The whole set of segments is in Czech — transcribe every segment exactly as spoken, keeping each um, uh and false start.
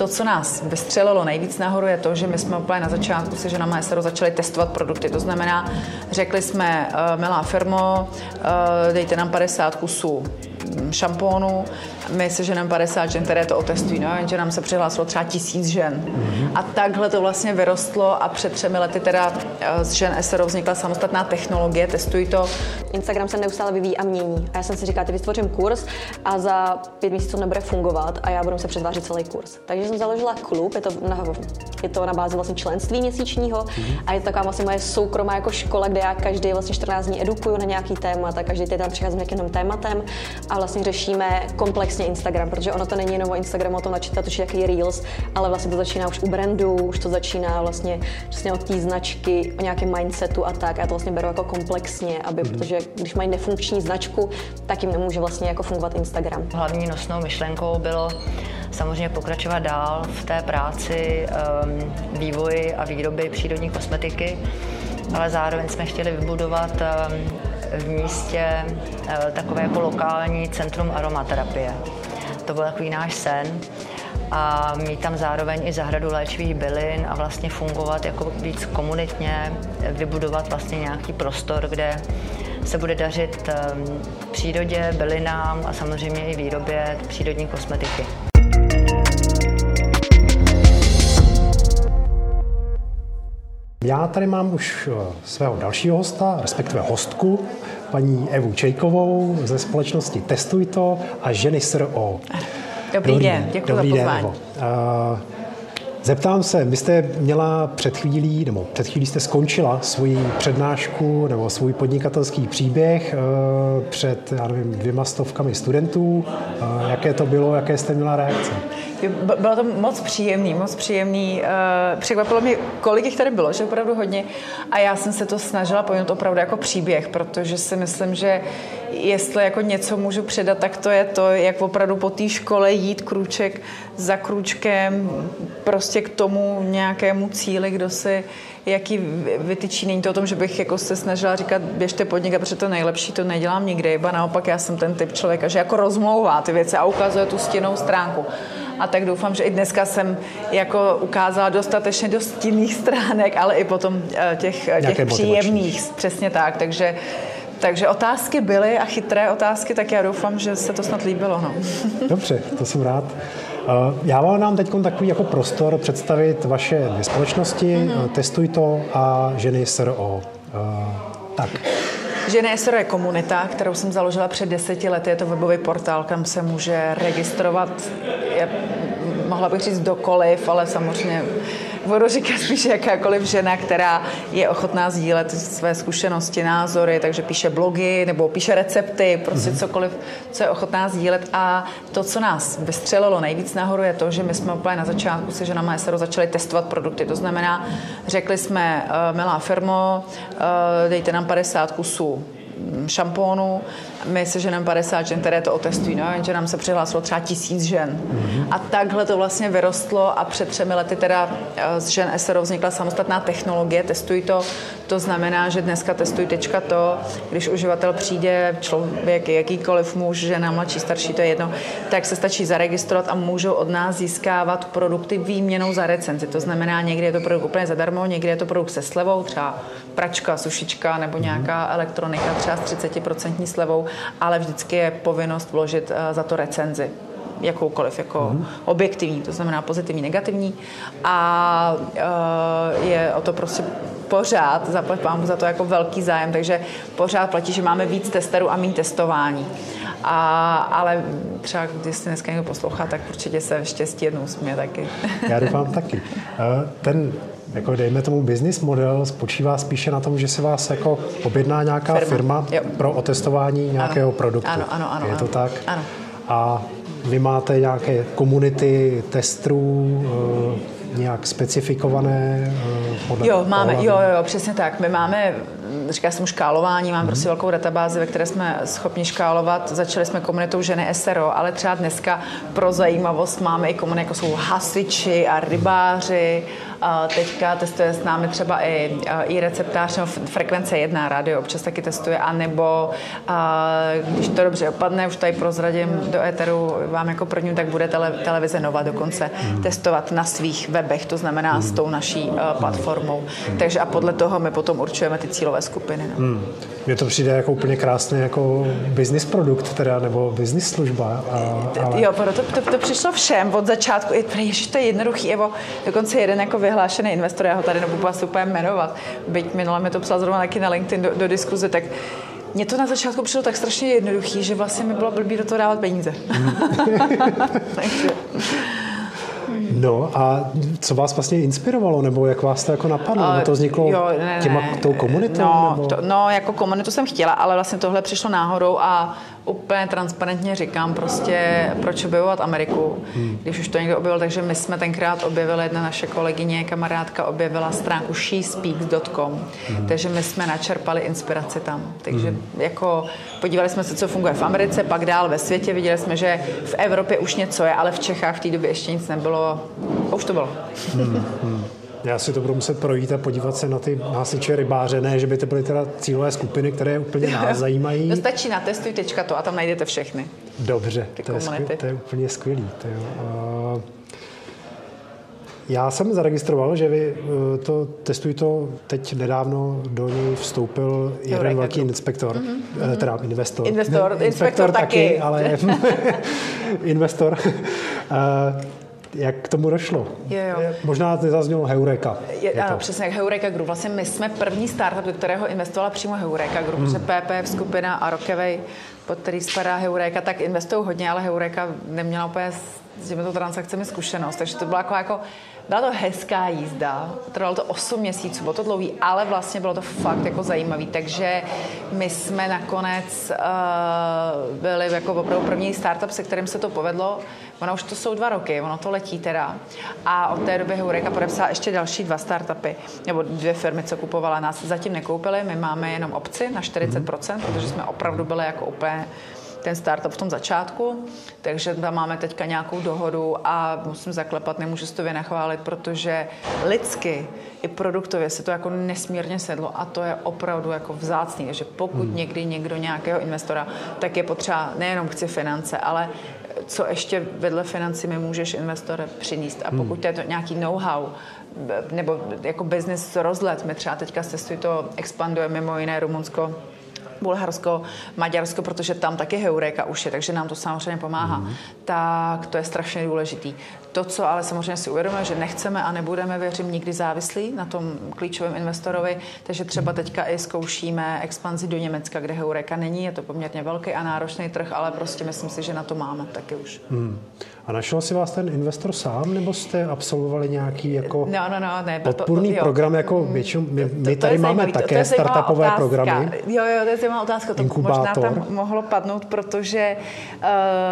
To, co nás vystřelilo nejvíc nahoru, je to, že my jsme úplně na začátku se ženama es er o začali testovat produkty. To znamená, řekli jsme, milá firmo, dejte nám padesát kusů šampónu, my se ženem padesát žen, které to otestují, no, jenže nám se přihlásilo třeba tisíc žen. Mm-hmm. A takhle to vlastně vyrostlo a před třemi lety teda z žen es er o vznikla samostatná technologie, testují to. Instagram se neustále vyvíjí a mění. A já jsem si říkala, ty vytvořím kurz a za pět měsíců nebude fungovat a já budu se přetvářet celý kurz. Takže jsem založila klub, je to na, je to na bázi vlastně členství měsíčního mm-hmm. a je to taková vlastně moje soukromá jako škola, kde já každý vlastně čtrnáct dní edukuju na nějaký téma, tak každý týden přicházím nějakým tématem a vlastně řešíme komplexně Instagram, protože ono to není jenom o Instagramu, o tom načítat už jaký reels, ale vlastně to začíná už u brandu, už to začíná vlastně přesně od té značky, o nějakém mindsetu a tak. A já to vlastně beru jako komplexně, aby, mm-hmm. protože když mají nefunkční značku, tak jim nemůže vlastně jako fungovat Instagram. Hlavní nosnou myšlenkou bylo samozřejmě pokračovat dál v té práci, um, vývoji a výroby přírodní kosmetiky, ale zároveň jsme chtěli vybudovat um, v místě takové jako lokální centrum aromaterapie. To byl takový náš sen a mít tam zároveň i zahradu léčivých bylin a vlastně fungovat jako víc komunitně, vybudovat vlastně nějaký prostor, kde se bude dařit přírodě, bylinám a samozřejmě i výrobě přírodní kosmetiky. Já tady mám už svého dalšího hosta, respektive hostku, paní Evu Čejkovou ze společnosti Testuj to a ženy es er o. Dobrý, Dobrý den, děkuji za pozvání. Zeptám se, vy jste měla před chvílí, nebo před chvílí jste skončila svoji přednášku nebo svůj podnikatelský příběh před, já nevím, dvěma stovkami studentů. Jaké to bylo, jaké jste měla reakce? Bylo to moc příjemný, moc příjemný. Překvapilo mě, kolik jich tady bylo, že opravdu hodně. A já jsem se to snažila pojmout opravdu jako příběh, protože si myslím, že jestli jako něco můžu předat, tak to je to, jak opravdu po té škole jít krůček za krůčkem prostě k tomu nějakému cíli, kdo si jaký vytyčí. Není to o tom, že bych jako se snažila říkat, běžte podnikat, protože to nejlepší to nedělám nikdy, ba naopak já jsem ten typ člověka, že jako rozmlouvá ty věci a ukazuje tu stinnou stránku. A tak doufám, že i dneska jsem jako ukázala dostatečně dost stinných stránek, ale i potom těch, těch příjemných, přesně tak, takže Takže otázky byly a chytré otázky, tak já doufám, že se to snad líbilo. No. Dobře, to jsem rád. Já vám nám teď takový jako prostor představit vaše dvě společnosti, mm-hmm. Testuj to a ženy es er o. Tak. Ženy es er o je komunita, kterou jsem založila před deseti lety. Je to webový portál, kam se může registrovat, je, mohla bych říct dokoliv, ale samozřejmě budu říkat spíš jakákoliv žena, která je ochotná sdílet své zkušenosti, názory, takže píše blogy nebo píše recepty, prostě mm-hmm. cokoliv, co je ochotná sdílet. A to, co nás vystřelilo nejvíc nahoru, je to, že my jsme úplně na začátku se ženama es er o začali testovat produkty. To znamená, řekli jsme, milá firmo, dejte nám padesát kusů šampónu, my se ženem padesát žen, které to otestují, no, jenže nám se přihlásilo třeba tisíc žen. Mm-hmm. A takhle to vlastně vyrostlo a před třemi lety teda z žen es er o vznikla samostatná technologie, testují to, to znamená, že dneska testuj tečka to, když uživatel přijde, člověk, jakýkoliv muž, žena, mladší, starší, to je jedno, tak se stačí zaregistrovat a můžou od nás získávat produkty výměnou za recenzi. To znamená, někdy je to produkt úplně zadarmo, někdy je to produkt se slevou, třeba pračka, sušička nebo nějaká elektronika třeba s třicet procent slevou, ale vždycky je povinnost vložit uh, za to recenzi. Jakoukoliv, jako mm. objektivní, to znamená pozitivní, negativní. A uh, je o to prostě pořád, zaplať pánbůh za to jako velký zájem, takže pořád platí, že máme víc testerů a méně testování. A, ale třeba, když se dneska někdo poslouchá, tak určitě se štěstí jednou směje taky. Já doufám taky. Ten, jako dejme tomu, business model spočívá spíše na tom, že se vás jako objedná nějaká firma, firma pro otestování nějakého ano. produktu. Ano, ano, ano. Je to ano. tak? Ano. A vy máte nějaké komunity testrů, nějak specifikované podle Jo, máme, pohlavy? jo, jo, přesně tak. My máme, říká jsem škálování, mám mm. prostě velkou databázi, ve které jsme schopni škálovat. Začali jsme komunitou ženy S R O, ale třeba dneska pro zajímavost máme i komunity, jako jsou hasiči a rybáři. A teďka testuje s námi třeba i, i receptář, nebo frekvence jedna, rádio občas taky testuje, anebo a, když to dobře opadne, už tady prozradím do éteru vám jako prvním, tak bude tele, televize Nova dokonce mm. testovat na svých webech, to znamená mm. s tou naší uh, platformou. Mm. Takže a podle toho my potom určujeme ty cílové skupiny. No. Mm. Mně to přijde jako úplně krásný jako business produkt, teda, nebo business služba. A, ale... Jo, to, to, to přišlo všem od začátku. Ježiš, to je jednoduchý, Evo, dokonce jeden jako vyhlášený investor, já ho tady nebudu asi úplně jmenovat, byť minule mi to psal zrovna taky na LinkedIn do, do diskuze, tak mně to na začátku přišlo tak strašně jednoduchý, že vlastně mi bylo blbý do toho dávat peníze. Takže... No a co vás vlastně inspirovalo, nebo jak vás to jako napadlo? Uh, to vzniklo jo, ne, těma, ne. tou komunitou? No, nebo? To, no, jako komunitu jsem chtěla, ale vlastně tohle přišlo náhodou a úplně transparentně říkám prostě, proč objevovat Ameriku, hmm. když už to někdo objevil. Takže my jsme tenkrát objevili, jedna naše kolegyně, kamarádka objevila stránku she speaks dot com, hmm. takže my jsme načerpali inspiraci tam. Takže hmm. jako podívali jsme se, co funguje v Americe, pak dál ve světě, viděli jsme, že v Evropě už něco je, ale v Čechách v té době ještě nic nebylo. A už to bylo. Hmm. Hmm. Já si to budu muset projít a podívat se na ty hasiče rybáře, ne, že by to byly teda cílové skupiny, které úplně nás zajímají. To stačí na testuj tečka to a tam najdete všechny. Dobře, to je, skvěl, to je úplně skvělý. To je, uh, já jsem zaregistroval, že vy uh, to testují to teď nedávno do něj vstoupil jeden Eureka velký Group. Inspektor, mm-hmm. uh, teda investor. Investor, ne, inspektor taky, taky ale investor. Uh, Jak k tomu došlo? Jo, jo. Možná nezaznělo Heureka. Je, je ano, přesně jak Heureka Group. Vlastně my jsme první startup, do kterého investovala přímo Heureka Group, hmm. P P F skupina a Rockaway, pod který spadá Heureka, tak investují hodně, ale Heureka neměla úplně s těmito transakcemi zkušenost, takže to byla jako, jako byla to hezká jízda, trvalo to osm měsíců, bylo to dlouhý, ale vlastně bylo to fakt jako zajímavý, takže my jsme nakonec uh, byli jako opravdu první startup, se kterým se to povedlo. Ono už to jsou dva roky, ono to letí teda. A od té doby Heureka podepsala ještě další dva startupy, nebo dvě firmy, co kupovala nás. Zatím nekoupili, my máme jenom opci na čtyřicet procent, protože jsme opravdu byli jako úplně ten startup v tom začátku, takže tam máme teďka nějakou dohodu a musím zaklepat, nemůžu si to vynachválit, protože lidsky i produktově se to jako nesmírně sedlo a to je opravdu jako vzácný, takže pokud hmm. někdy někdo nějakého investora, tak je potřeba, nejenom chci finance, ale co ještě vedle financí mi můžeš investor přinést a pokud to je to nějaký know-how nebo jako business rozlet, my třeba teďka testuji to, expanduje mimo jiné Rumunsko, Bulharsko, Maďarsko, protože tam taky Heureka už je, takže nám to samozřejmě pomáhá. Mm. Tak to je strašně důležitý. To, co ale samozřejmě si uvědomujeme, že nechceme a nebudeme, věřím, nikdy závislí na tom klíčovém investorovi, takže třeba teďka i zkoušíme expanzi do Německa, kde Heureka není, je to poměrně velký a náročný trh, ale prostě myslím si, že na to máme taky už. Mm. A našel si vás ten investor sám, nebo jste absolvovali nějaký jako no, no, no, ne, podpůrný to, to, program, jako většinou, my, to, my to tady máme zajímavý, také to, to startupové otázka. programy. Jo, jo, to je zajímavá otázka, to Inkubátor. Možná tam mohlo padnout, protože uh,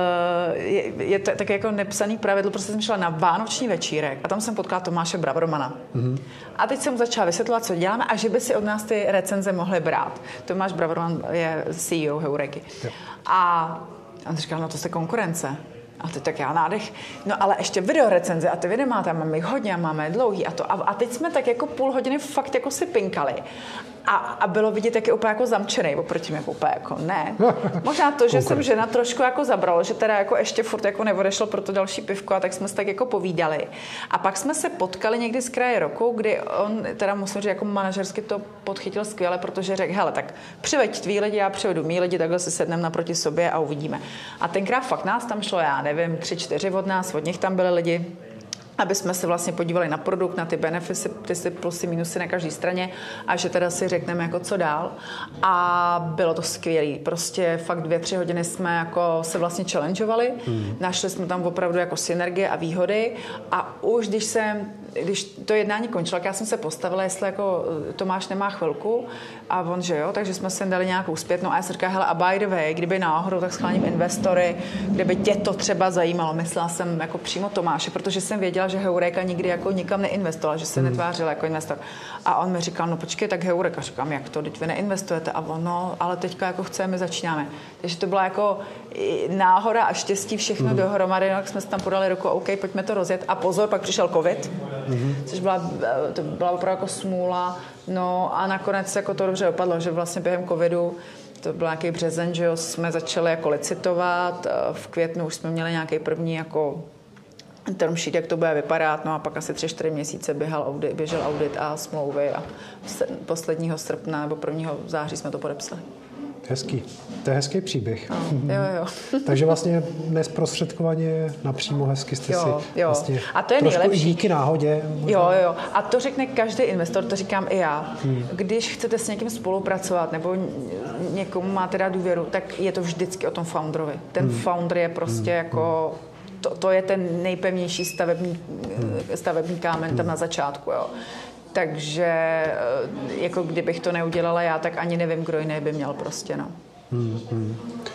je, je to tak jako nepsaný pravidlo, prostě jsem šla na vánoční večírek a tam jsem potkala Tomáše Bravermana. Mm-hmm. A teď jsem začala vysvětlovat, co děláme a že by si od nás ty recenze mohli brát. Tomáš Braverman je C E O Heureky. Jo. A on říkal, no to je konkurence. A teď tak já nádech. No ale ještě videorecenze a ty videa máte, máme jich hodně a máme je dlouhý a to. A, a teď jsme tak jako půl hodiny fakt jako si pinkali. A, a bylo vidět, jak je úplně jako zamčenej, oproti mě úplně jako ne. Možná to, že jsem žena trošku jako zabralo, že teda jako ještě furt jako neodešlo pro to další pivko a tak jsme se tak jako povídali. A pak jsme se potkali někdy z kraje roku, kdy on, teda musím říct, jako manažersky to podchytil skvěle, protože řekl, hele, tak přiveď tvý lidi, já přivedu mý lidi, takhle si sedneme naproti sobě a uvidíme. A tenkrát fakt nás tam šlo, já nevím, tři, čtyři od nás, od nich tam byli lidi, aby jsme se vlastně podívali na produkt, na ty benefity, ty si plusy, minusy na každé straně a že teda si řekneme jako co dál. A bylo to skvělý. Prostě fakt dvě, tři hodiny jsme jako se vlastně challengeovali. Mm. Našli jsme tam opravdu jako synergie a výhody a už když se když to jednání končilo, já jsem se postavila, jestli jako Tomáš nemá chvilku a on, že jo, takže jsme si dali nějakou zpětnou a já jsem říkala, hele, a by the way, kdyby náhodou, tak schláním investory, kdyby tě to třeba zajímalo. Myslela jsem jako přímo Tomáše, protože jsem věděla, že Heureka nikdy jako nikam neinvestovala, že se hmm. netvářila jako investor. A on mi říkal, no počkej, tak Heureka. Říkám, jak to, teď vy neinvestujete? A on, no, ale teďka jako chceme, začínáme. Takže to byla jako náhoda a štěstí všechno hmm. dohromady, no, jak jsme si tam podali ruku, OK, pojďme to rozjet. A pozor, pak přišel covid, hmm. což byla, to byla opravdu jako smůla. No a nakonec jako to dobře dopadlo, že vlastně během covidu, to byl nějaký březen, že jo, jsme začali jako licitovat, v květnu už jsme měli nějaký první jako term sheet, jak to bude vypadat, no a pak asi tři, čtyři měsíce běžel audit, běžel audit a smlouvy a posledního srpna nebo prvního září jsme to podepsali. Hezký. To je hezký příběh. No, jo, jo. Takže vlastně nesprostředkovaně napřímo hezky jste jo, si jo. vlastně a to je trošku nejlepší. díky náhodě. Možná. Jo, jo. A to řekne každý investor, to říkám i já. Hmm. Když chcete s někým spolupracovat nebo někomu máte dát důvěru, tak je to vždycky o tom founderovi. Ten hmm. founder je prostě hmm. jako... To, to je ten nejpevnější stavební, hmm. stavební kámen hmm. tam na začátku, jo. Takže jako kdybych to neudělala já, tak ani nevím, kdo jiný by měl prostě, no. Hmm, hmm.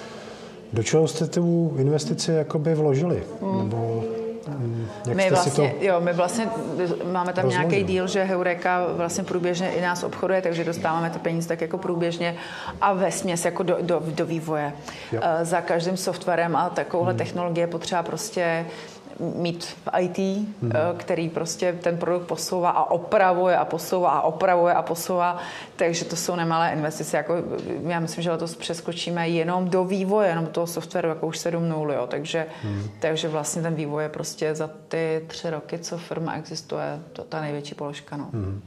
Do čeho jste tu investici jakoby vložili? Hmm. Nebo hmm, jak my jste vlastně, si to jo, my vlastně máme tam rozložil? Nějaký deal, že Heureka vlastně průběžně i nás obchoduje, takže dostáváme ty peníze tak jako průběžně a vesměs jako do, do, do vývoje. Jo. Za každým softwarem a takovouhle hmm. technologie potřeba prostě mít v í té, hmm. který prostě ten produkt posouvá a opravuje a posouvá a opravuje a posouvá, takže to jsou nemalé investice. Jako, já myslím, že letos přeskočíme jenom do vývoje, jenom do toho softwaru, jako už sedm nul, jo. Takže, hmm. takže vlastně ten vývoj je prostě za ty tři roky, co firma existuje, to ta největší položka, no. Hmm.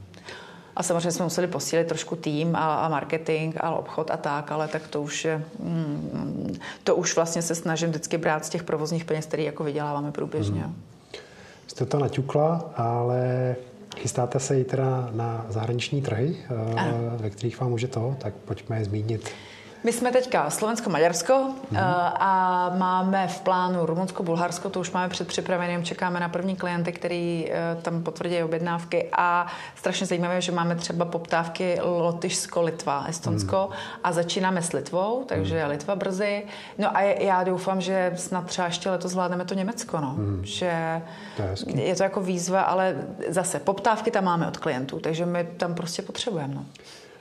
A samozřejmě jsme museli posílit trošku tým a, a marketing a obchod a tak, ale tak to už je, mm, to už vlastně se snažím vždycky brát z těch provozních peněz, které jako vyděláváme průběžně. Hmm. Jste to naťukla, ale chystáte se i teda na zahraniční trhy, ano. ve kterých vám může toho, tak pojďme je zmínit. My jsme teďka Slovensko-Maďarsko mm. a máme v plánu Rumunsko, Bulharsko, to už máme předpřipraveným, čekáme na první klienty, který tam potvrdí objednávky a strašně zajímavé, že máme třeba poptávky Lotyšsko, Litva, Estonsko mm. a začínáme s Litvou, takže mm. Litva brzy. No a já doufám, že snad třeba ještě letos zvládneme to Německo, no. Mm. Že to je, je to jako výzva, ale zase poptávky tam máme od klientů, takže my tam prostě potřebujeme, no.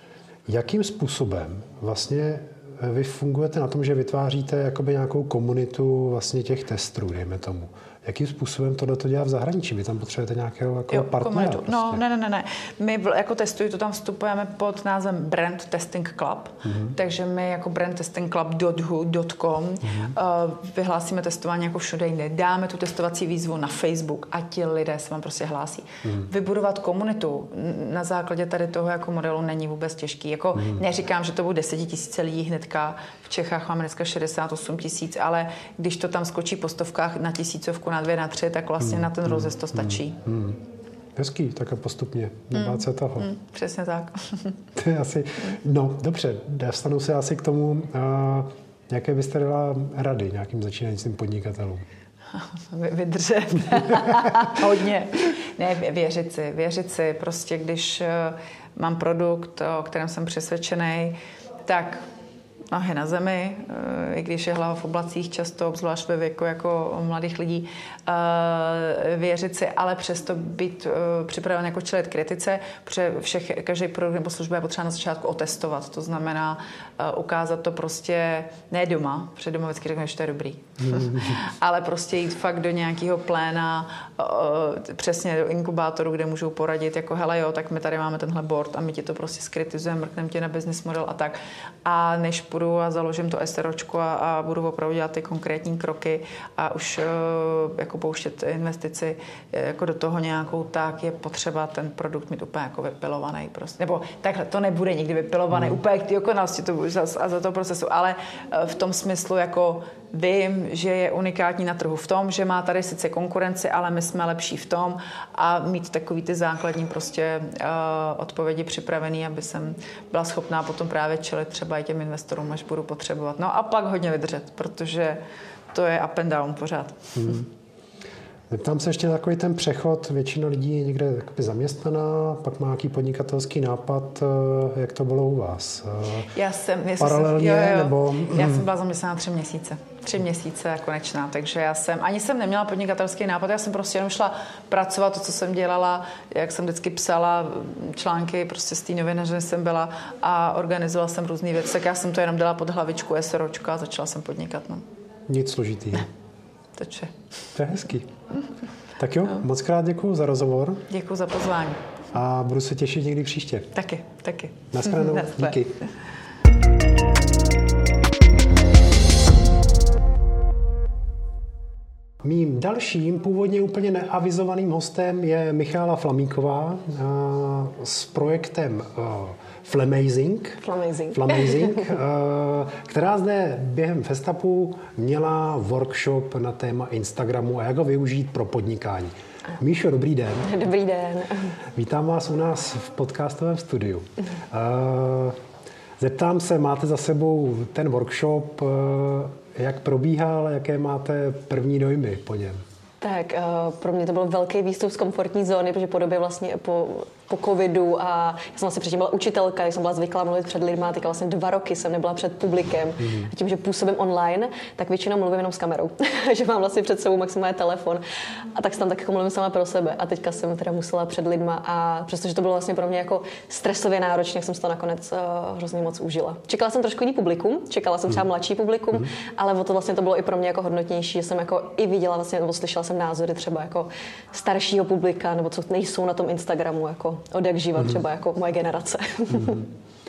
Jakým způsobem vlastně vy fungujete na tom, že vytváříte jakoby nějakou komunitu vlastně těch testrů, dejme tomu? Jakým způsobem tohle to dělá v zahraničí? Vy tam potřebujete nějakého jako jo, partnera? Prostě. No, ne, ne, ne, ne. My jako testují, to tam vstupujeme pod názvem Brand Testing Club, mm-hmm. takže my jako brand testing club tečka hu tečka com mm-hmm. uh, vyhlásíme testování jako všude jinde. Dáme tu testovací výzvu na Facebook a ti lidé se vám prostě hlásí. Mm-hmm. Vybudovat komunitu na základě tady toho jako modelu není vůbec těžký. Jako mm-hmm. neříkám, že to budou desetitisíce lidí hnedka. V Čechách máme dneska šedesát osm tisíc, ale když to tam skočí po stovkách na tisícovku, na dvě, na tři, tak vlastně hmm. na ten rozjezd to stačí. Hmm. Hmm. Hezký, tak a postupně. Nebát se toho. Hmm. Přesně tak. To je asi... No, dobře, dostanu se asi k tomu, a jaké byste dala rady nějakým začínajícím podnikatelům? Vydržet. Hodně. Ne, věřit si. Věřit si. Prostě když mám produkt, o kterém jsem přesvědčený, tak nohy na zemi, i když je hlava v oblacích často, obzvlášť ve věku jako mladých lidí, věřit si, ale přesto být připraven jako čelit kritice, protože všech, každý produkt nebo služba je potřeba na začátku otestovat. To znamená ukázat to prostě ne doma, protože doma vždycky řekneme, že to je dobrý, ale prostě jít fakt do nějakého pléna, přesně do inkubátoru, kde můžou poradit, jako hele jo, tak my tady máme tenhle board a my ti to prostě skritizujeme, mrkneme tě na business model a tak. A než půjdu a založím to SROčko a, a budu opravdu dělat ty konkrétní kroky a už uh, jako pouštět investici jako do toho nějakou, tak je potřeba ten produkt mít úplně jako vypilovaný prostě. Nebo takhle, to nebude nikdy vypilovaný, mm. úplně k té dokonalosti to bude za, a za toho procesu, ale uh, v tom smyslu jako vím, že je unikátní na trhu v tom, že má tady sice konkurenci, ale my jsme lepší v tom a mít takový ty základní prostě uh, odpovědi připravený, aby jsem byla schopná potom právě čelit třeba i těm investorům, až budu potřebovat. No a pak hodně vydržet, protože to je up and down pořád. Hmm. Zeptám se ještě na takový ten přechod. Většina lidí je někde zaměstnaná, pak má nějaký podnikatelský nápad. Jak to bylo u vás? Já jsem, Paralelně? Jsem, jo, jo. Nebo... Já jsem byla zaměstnaná tři měsíce. Tři měsíce konečná, takže já jsem, ani jsem neměla podnikatelský nápad, já jsem prostě jenom šla pracovat to, co jsem dělala, jak jsem vždycky psala články, prostě z té novinaře jsem byla a organizovala jsem různý věci, tak já jsem to jenom dala pod hlavičku SROčka a začala jsem podnikat. No. Nic složitýho. To je. To je hezký. Tak jo, no. Moc krát děkuju za rozhovor. Děkuju za pozvání. A budu se těšit někdy příště. Taky, taky. Naschledanou. Díky. Mým dalším, původně úplně neavizovaným hostem je Michála Flamíková s projektem Flamazing, Flamazing. Flamazing která zde během Festapu měla workshop na téma Instagramu a jak ho využít pro podnikání. Míšo, dobrý den. Dobrý den. Vítám vás u nás v podcastovém studiu. Zeptám se, máte za sebou ten workshop, jak probíhal, jaké máte první dojmy po něm? Tak pro mě to byl velký výstup z komfortní zóny, protože po době vlastně po, po covidu a já jsem vlastně předtím byla učitelka, jak jsem byla zvyklá mluvit před lidma, teďka vlastně dva roky jsem nebyla před publikem. Mm. A tím, že působím online, tak většinou mluvím jenom s kamerou, že mám vlastně před sebou maximálně telefon a tak tam tak jako mluvím sama pro sebe a teďka jsem teda musela před lidma a přestože to bylo vlastně pro mě jako stresově náročné, jak jsem si to nakonec uh, hrozně moc užila. Čekala jsem trošku jiný publikum, čekala jsem třeba mladší publikum, mm. ale o to vlastně to bylo i pro mě jako hodnotnější, že jsem jako i viděla vlastně, nebo slyšela jsem názory třeba jako staršího publika, nebo co nejsou na tom Instagramu, jako od jak živa mm-hmm. třeba jako moje generace. Mm-hmm.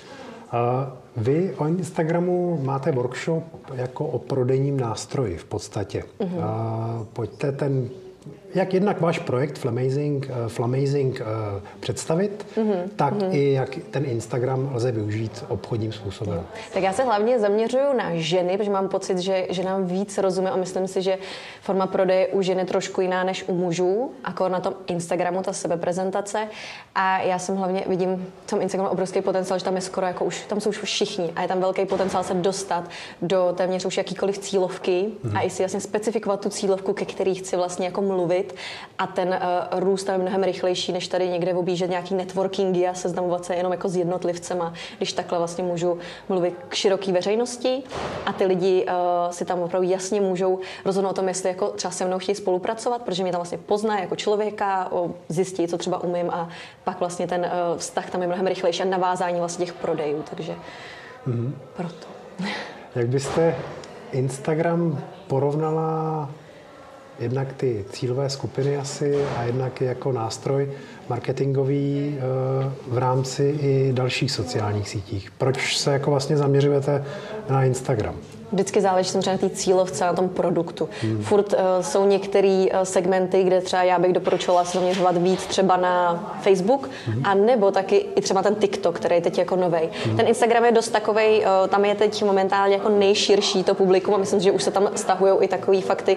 A vy o Instagramu máte workshop jako o prodejním nástroji v podstatě. Mm-hmm. A pojďte ten, jak jednak váš projekt Flamazing, Flamazing představit, mm-hmm. tak mm-hmm. i jak ten Instagram lze využít obchodním způsobem. Mm. Tak já se hlavně zaměřuju na ženy, protože mám pocit, že, že nám víc rozumí a myslím si, že forma prodeje u žen je trošku jiná než u mužů, jako na tom Instagramu, ta sebeprezentace. A já jsem hlavně vidím v tom Instagramu obrovský potenciál, že tam je skoro jako už, tam jsou už všichni a je tam velký potenciál se dostat do téměř už jakýkoliv cílovky mm-hmm. a i si vlastně specifikovat tu cílovku, ke který chci vlastně jako mluvit. A ten uh, růst tam je mnohem rychlejší, než tady někde objíždět nějaký networkingy a seznamovat se jenom jako s jednotlivcema, když takhle vlastně můžu mluvit k široké veřejnosti a ty lidi uh, si tam opravdu jasně můžou rozhodnout o tom, jestli jako třeba se mnou chtějí spolupracovat, protože mě tam vlastně pozná jako člověka, zjistí, co třeba umím a pak vlastně ten uh, vztah tam je mnohem rychlejší a navázání vlastně těch prodejů, takže mm-hmm. proto. Jak byste Instagram porovnala jednak ty cílové skupiny asi a jednak jako nástroj marketingový v rámci i dalších sociálních sítích? Proč se jako vlastně zaměřujete na Instagram? Vždycky záleží samozřejmě na té cílovce, na tom produktu. Hmm. Furt uh, jsou některé uh, segmenty, kde třeba já bych doporučovala se zaměřovat víc třeba na Facebook, hmm. a nebo taky i třeba ten TikTok, který je teď jako novej. Hmm. Ten Instagram je dost takovej, uh, tam je teď momentálně jako nejširší to publikum a myslím, že už se tam stahují i takový fakty.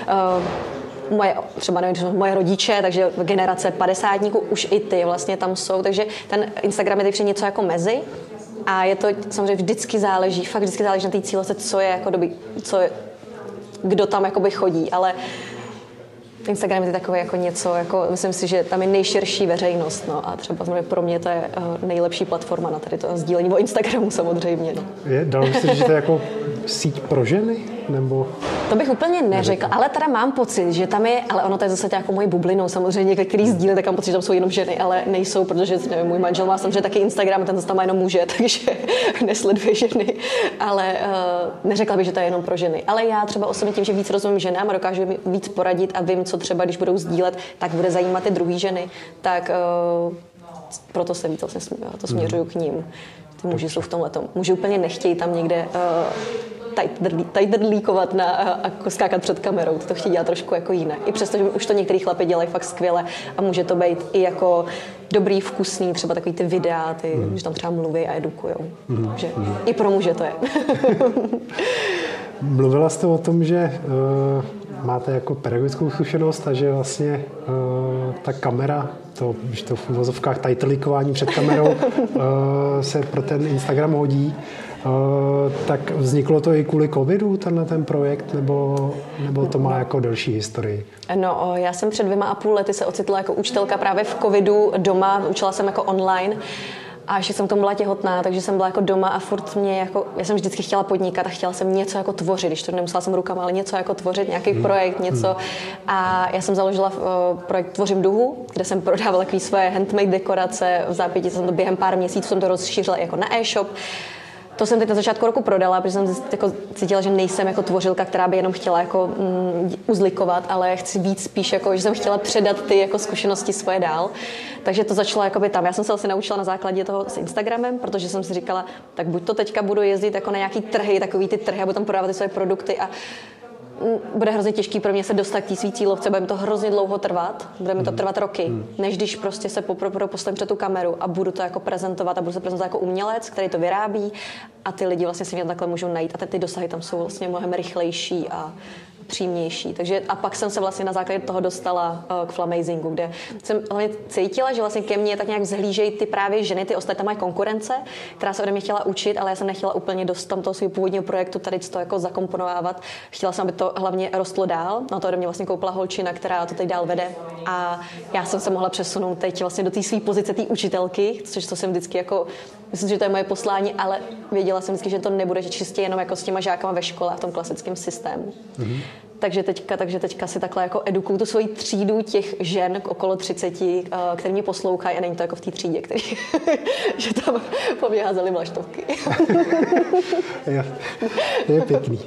Uh, moje, třeba nevím, moje rodiče, takže generace padesátníků, už i ty vlastně tam jsou, takže ten Instagram je teď něco jako mezi. A je to samozřejmě vždycky záleží, fakt vždycky záleží na té cílovce, co je jako doby, co je, kdo tam jakoby chodí, ale Instagram je takový jako něco, jako, myslím si, že tam je nejširší veřejnost, no a třeba pro mě to je uh, nejlepší platforma na tady to sdílení o Instagramu samozřejmě. No. Je, dalo by se, že to je jako síť pro ženy? Nebo... To bych úplně neřekla, ale teda mám pocit, že tam je, ale ono to je zase jako mojí bublinou samozřejmě, který sdílí, tak mám pocit, že tam jsou jenom ženy, ale nejsou, protože nevím, můj manžel má samozřejmě taky Instagram, ten tam má jenom muže, takže nesleduje ženy, ale uh, neřekla bych, že to je jenom pro ženy. Ale já třeba osobně tím, že víc rozumím ženám a dokážu jim víc poradit a vím, co třeba, když budou sdílet, tak bude zajímat i druhý ženy, tak uh, proto se víc vlastně směřuju, to směřuju k ním. Ty muži jsou v tomhletom. Muži úplně nechtějí tam někde uh, tajdrlíkovat na, a skákat před kamerou. To chtějí dělat trošku jako jiné. I přesto, že už to některý chlapi dělají fakt skvěle a může to být i jako dobrý, vkusný, třeba takový ty videa, ty, mm. že tam třeba mluví a edukujou. Mm. Takže mm. i pro muže to je. Mluvila jste o tom, že uh, máte jako pedagogickou zkušenost a že vlastně uh, ta kamera, to, že to v uvozovkách tajtlíkování před kamerou uh, se pro ten Instagram hodí. Tak vzniklo to i kvůli covidu, tenhle ten projekt, nebo, nebo to má jako delší historii? No, já jsem před dvěma a půl lety se ocitla jako učitelka právě v covidu doma, učila jsem jako online. A ještě jsem k tomu byla těhotná, takže jsem byla jako doma a furt mě jako, já jsem vždycky chtěla podnikat a chtěla jsem něco jako tvořit, když to nemusela jsem rukama, ale něco jako tvořit, nějaký hmm. projekt, něco. A já jsem založila uh, projekt Tvořím duhu, kde jsem prodávala takový svoje handmade dekorace, v zápětí jsem to během pár měsíců jsem to rozšířila jako na e-shop. To jsem teď na začátku roku prodala, protože jsem jako cítila, že nejsem jako tvořilka, která by jenom chtěla jako mm, uzlikovat, ale chci víc spíš jako, že jsem chtěla předat ty jako zkušenosti svoje dál. Takže to začalo jakoby tam. Já jsem se vlastně naučila na základě toho s Instagramem, protože jsem si říkala, tak buď to teďka budu jezdit jako na nějaký trhy, takový ty trhy a budu tam prodávat ty svoje produkty a bude hrozně těžký pro mě se dostat k té svý cílovce, bude mi to hrozně dlouho trvat, bude mi to trvat roky, než když prostě se poprvé postavím před tu kameru a budu to jako prezentovat a budu se prezentovat jako umělec, který to vyrábí a ty lidi vlastně si mě takhle můžou najít a ty dosahy tam jsou vlastně mnohem rychlejší a přímější. Takže a pak jsem se vlastně na základě toho dostala uh, k Flamazingu, kde jsem hlavně cítila, že vlastně ke mně tak nějak vzhlížejí ty právě ženy, ty ostatní, tam mají konkurence, která se ode mě chtěla učit, ale já jsem nechtěla úplně dost tam toho svého původního projektu tady to jako zakomponovávat. Chtěla jsem, aby to hlavně rostlo dál. No to ode mě vlastně koupila holčina, která to teď dál vede. A já jsem se mohla přesunout teď vlastně do té své pozice té učitelky, což to jsem vždycky jako, myslím, že to je moje poslání, ale věděla jsem vždycky, že to nebude že čistě jenom jako s těma žákama ve škole a v tom klasickém systému. Mm-hmm. Takže teďka, takže teďka si takhle jako edukuju tu svoji třídu těch žen okolo třiceti, který mě poslouchají a není to jako v té třídě, který, že tam po mě házeli vlaštovky. je, je pěkný.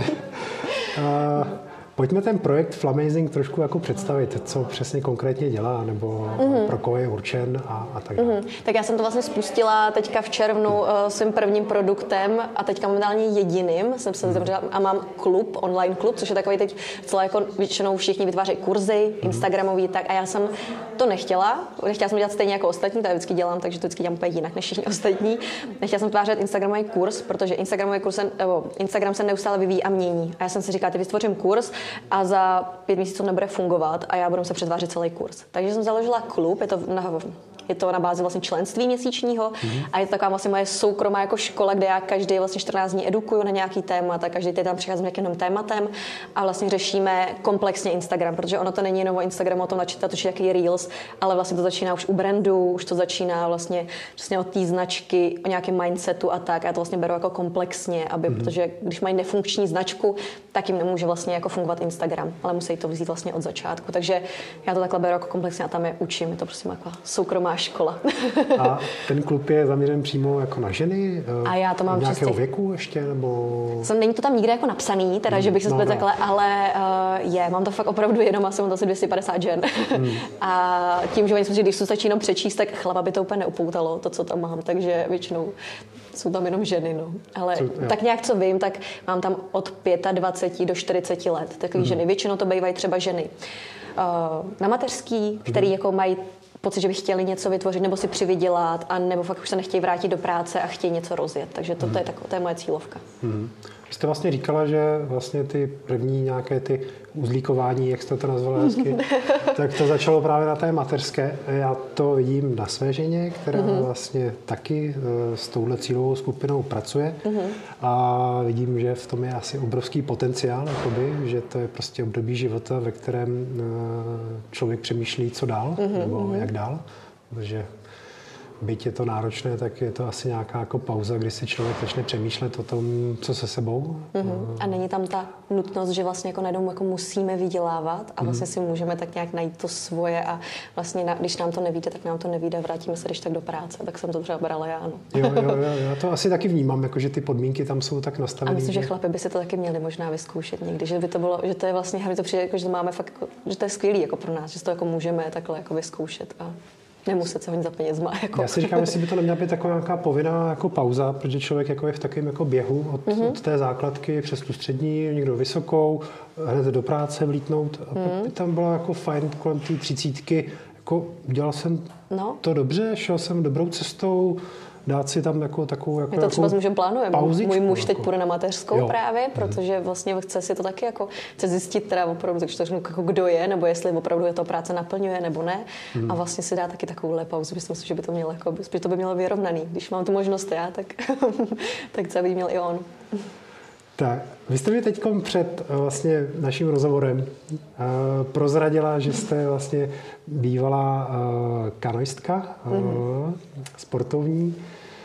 uh... Pojďme ten projekt Flamazing trošku jako představit, co přesně konkrétně dělá, nebo mm-hmm. pro koho je určen a, a tak dále. Mm-hmm. Tak já jsem to vlastně spustila teďka v červnu uh, svým prvním produktem a teďka momentálně jediným jsem se zavřela a mám klub, online klub, což je takový teď celé jako většinou všichni vytvářejí kurzy, mm-hmm. instagramový, tak a já jsem to nechtěla, nechtěla jsem dělat stejně jako ostatní, to já vždycky dělám, takže to vždycky dělám úplně jinak než všichni ostatní. Nechtěla jsem vytvářet instagramový kurz, protože instagramový kurz se, nebo Instagram se neustále vyvíjí a mění. A já jsem si říkala, ty vytvořím kurz a za pět měsíců nebude fungovat a já budu se přetvářet celý kurz. Takže jsem založila klub, je to na, je to na bázi vlastně členství měsíčního mm-hmm. a je to taková vlastně moje soukromá jako škola, kde já každý vlastně čtrnáct dní edukuju na nějaký téma, tak každý týden tam přicházím nějakým novým tématem a vlastně řešíme komplexně Instagram, protože ono to není jenom o Instagramu, o tom načítat, to je jaký reels, ale vlastně to začíná už u brandu, už to začíná vlastně přesně od té značky, o nějakém mindsetu a tak. A já to vlastně beru jako komplexně, aby, mm-hmm. protože když mají nefunkční značku, tak jim nemůže vlastně jako fungovat Instagram, ale musí to vzít vlastně od začátku. Takže já to takhle beru jako komplexně a tam je učím, je to prostě taková soukromá škola. A ten klub je zaměřen přímo jako na ženy? A já to mám nějakého čistě... věku ještě, nebo... Jsem, není to tam nikde jako napsaný, teda, hmm, že bych se no, no. takhle, ale uh, je, mám to fakt opravdu jenom, asi mám to asi dvě stě padesát žen. Hmm. A tím, že myslím, že když to stačí jenom přečíst, tak chlapa by to úplně neupoutalo, to, co tam mám, takže většinou jsou tam jenom ženy, no. Ale co, tak nějak, co vím, tak mám tam od dvaceti pěti do čtyřiceti let takový hmm. ženy. Většinou to bývají třeba ženy uh, na mateřský, který hmm. jako mají pocit, že by chtěli něco vytvořit nebo si přivydělat, a nebo fakt už se nechtějí vrátit do práce a chtějí něco rozjet. Takže to, hmm. to, je, tako, to je moje cílovka. Hmm. Vy jste vlastně říkala, že vlastně ty první nějaké ty uzlíkování, jak jste to nazvala hezky, tak to začalo právě na té mateřské. Já to vidím na své ženě, která mm-hmm. vlastně taky s touhle cílovou skupinou pracuje mm-hmm. a vidím, že v tom je asi obrovský potenciál, jakoby, že to je prostě období života, ve kterém člověk přemýšlí, co dál, mm-hmm. nebo jak dál, protože byť je to náročné, tak je to asi nějaká jako pauza, kdy si člověk začne přemýšlet o tom, co se sebou. Mm-hmm. A není tam ta nutnost, že vlastně jako najednou jako musíme vydělávat a vlastně mm-hmm. si můžeme tak nějak najít to svoje a vlastně na, když nám to nevíde, tak nám to nevíde, vrátíme se když tak do práce. Tak jsem to třeba brala já, no. Jo, jo, jo, já to asi taky vnímám, jako, že ty podmínky tam jsou tak nastavené. A myslím, že chlapi by si to taky měli možná vyzkoušet někdy, že by to bylo, že to je vlastně, hlavně to přijde, jako, že to máme fakt, že to je skvělý jako pro nás, že to jako můžeme takhle jako vyzkoušet a nemuset se honit za penězma. Jako. Já si říkám, jestli by to neměla být taková nějaká povinná jako pauza, protože člověk jako je v takovém jako běhu od, mm-hmm. od té základky přes tu střední, někdo vysokou, hned do práce vlítnout. A mm-hmm. tam bylo jako fajn kolem té třicítky. Jako udělal jsem no. to dobře, šel jsem dobrou cestou, dát si tam jako takovou jako, My to třeba s mužem plánujeme. Můj muž jako. teď půjde na mateřskou jo. právě, protože vlastně chce si to taky jako, chce zjistit teda opravdu, takže to řeknu, jako kdo je, nebo jestli opravdu je to práce naplňuje, nebo ne. Hmm. A vlastně si dá taky takovouhle pauzu. Myslím si, že by to mělo jako, že to by mělo vyrovnaný. Když mám tu možnost já, tak, tak co by měl i on. Tak, vy jste mi teď před vlastně naším rozhovorem uh, prozradila, že jste vlastně bývalá uh, kanoistka, uh, mm-hmm. sportovní.